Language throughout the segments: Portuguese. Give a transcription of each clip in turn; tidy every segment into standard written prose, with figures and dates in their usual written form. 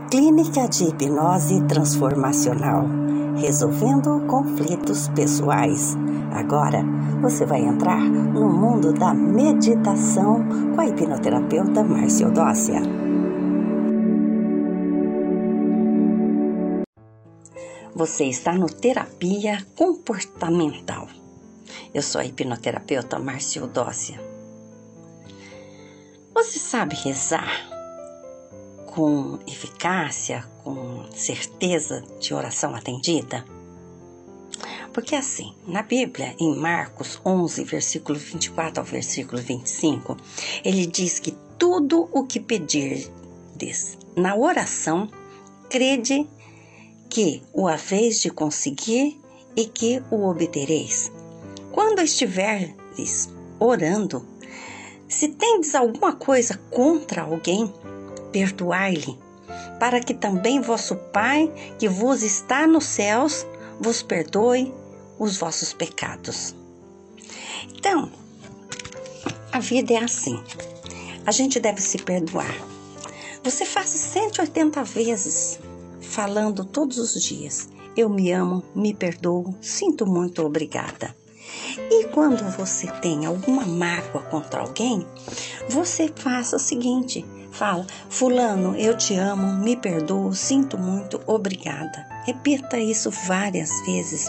Clínica de Hipnose Transformacional, resolvendo conflitos pessoais. Agora você vai entrar no mundo da meditação com a hipnoterapeuta Márcia Eudócia. Você está no Terapia Comportamental. Eu sou a hipnoterapeuta Márcia Eudócia. Você sabe rezar com eficácia, com certeza de oração atendida? Porque assim, na Bíblia, em Marcos 11, versículo 24 ao versículo 25, ele diz que tudo o que pedirdes na oração, crede que o haveis de conseguir e que o obtereis. Quando estiveres orando, se tendes alguma coisa contra alguém, perdoai-lhe, para que também vosso Pai, que vos está nos céus, vos perdoe os vossos pecados. Então, a vida é assim. A gente deve se perdoar. Você faz 180 vezes, falando todos os dias: eu me amo, me perdoo, sinto muito, obrigada. E quando você tem alguma mágoa contra alguém, você faça o seguinte: fala: fulano, eu te amo, me perdoo, sinto muito, obrigada. Repita isso várias vezes.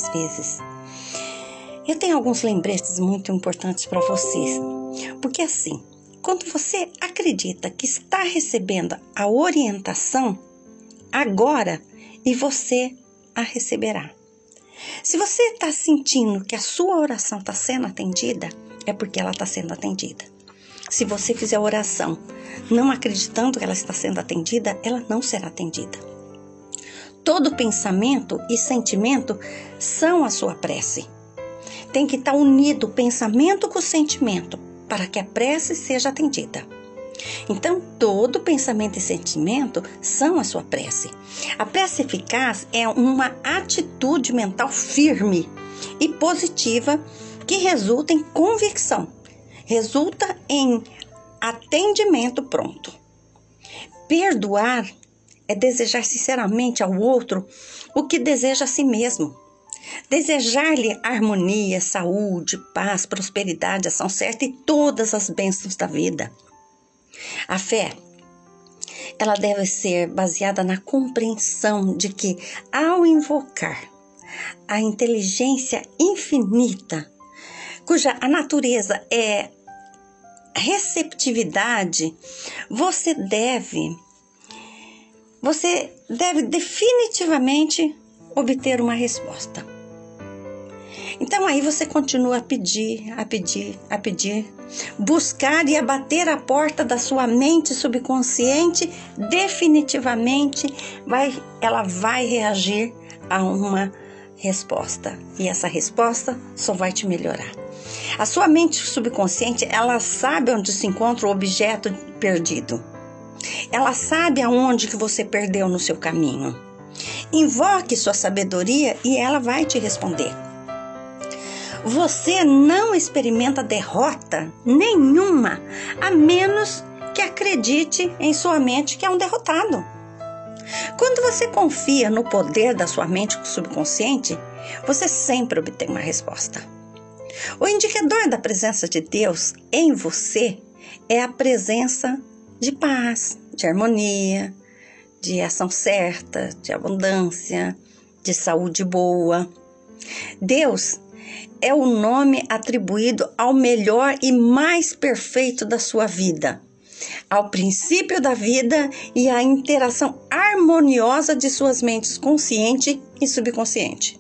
Eu tenho alguns lembretes muito importantes para vocês. Porque assim, quando você acredita que está recebendo a orientação, agora, e você a receberá. Se você está sentindo que a sua oração está sendo atendida, é porque ela está sendo atendida. Se você fizer a oração não acreditando que ela está sendo atendida, ela não será atendida. Todo pensamento e sentimento são a sua prece. Tem que estar unido o pensamento com o sentimento para que a prece seja atendida. Então, todo pensamento e sentimento são a sua prece. A prece eficaz é uma atitude mental firme e positiva que resulta em convicção, resulta em atendimento pronto. Perdoar é desejar sinceramente ao outro o que deseja a si mesmo. Desejar-lhe harmonia, saúde, paz, prosperidade, ação certa e todas as bênçãos da vida. A fé, ela deve ser baseada na compreensão de que, ao invocar a inteligência infinita, cuja a natureza é receptividade, você deve definitivamente obter uma resposta. Então aí você continua a pedir, buscar e a bater a porta da sua mente subconsciente, definitivamente ela vai reagir a uma resposta. E essa resposta só vai te melhorar. A sua mente subconsciente, ela sabe onde se encontra o objeto perdido. Ela sabe aonde que você perdeu no seu caminho. Invoque sua sabedoria e ela vai te responder. Você não experimenta derrota nenhuma, a menos que acredite em sua mente que é um derrotado. Quando você confia no poder da sua mente subconsciente, você sempre obtém uma resposta. O indicador da presença de Deus em você é a presença de paz, de harmonia, de ação certa, de abundância, de saúde boa. Deus é o nome atribuído ao melhor e mais perfeito da sua vida, ao princípio da vida e à interação harmoniosa de suas mentes consciente e subconsciente.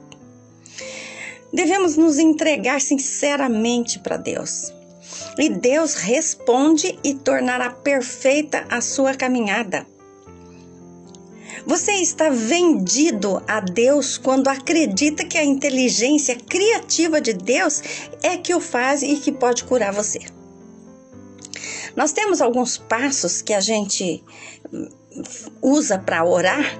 Devemos nos entregar sinceramente para Deus. E Deus responde e tornará perfeita a sua caminhada. Você está vendido a Deus quando acredita que a inteligência criativa de Deus é que o faz e que pode curar você. Nós temos alguns passos que a gente usa para orar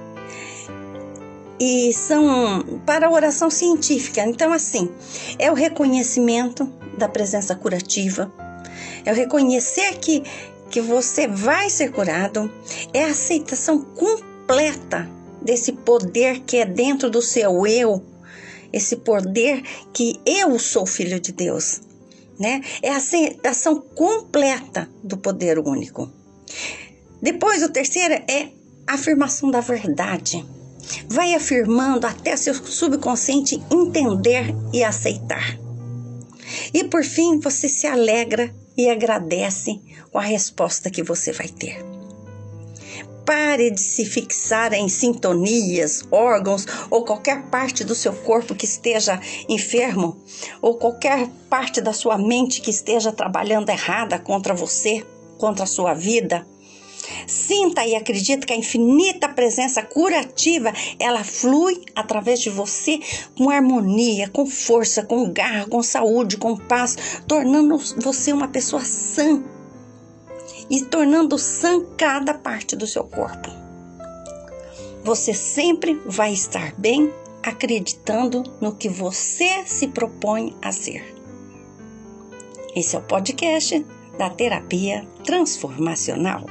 e são para oração científica. Então, assim, é o reconhecimento da presença curativa, é o reconhecer que que você vai ser curado, é a aceitação completa desse poder que é dentro do seu eu, esse poder que eu sou filho de Deus, né? É a aceitação completa do poder único. Depois, o terceiro é a afirmação da verdade. Vai afirmando até seu subconsciente entender e aceitar. E por fim, você se alegra e agradece com a resposta que você vai ter. Pare de se fixar em sintonias, órgãos ou qualquer parte do seu corpo que esteja enfermo ou qualquer parte da sua mente que esteja trabalhando errada contra você, contra a sua vida. Sinta e acredite que a infinita presença curativa, ela flui através de você com harmonia, com força, com garra, com saúde, com paz, tornando você uma pessoa sã e tornando sã cada parte do seu corpo. Você sempre vai estar bem acreditando no que você se propõe a ser. Esse é o podcast da Terapia Transformacional.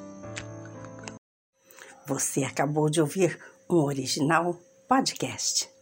Você acabou de ouvir um original podcast.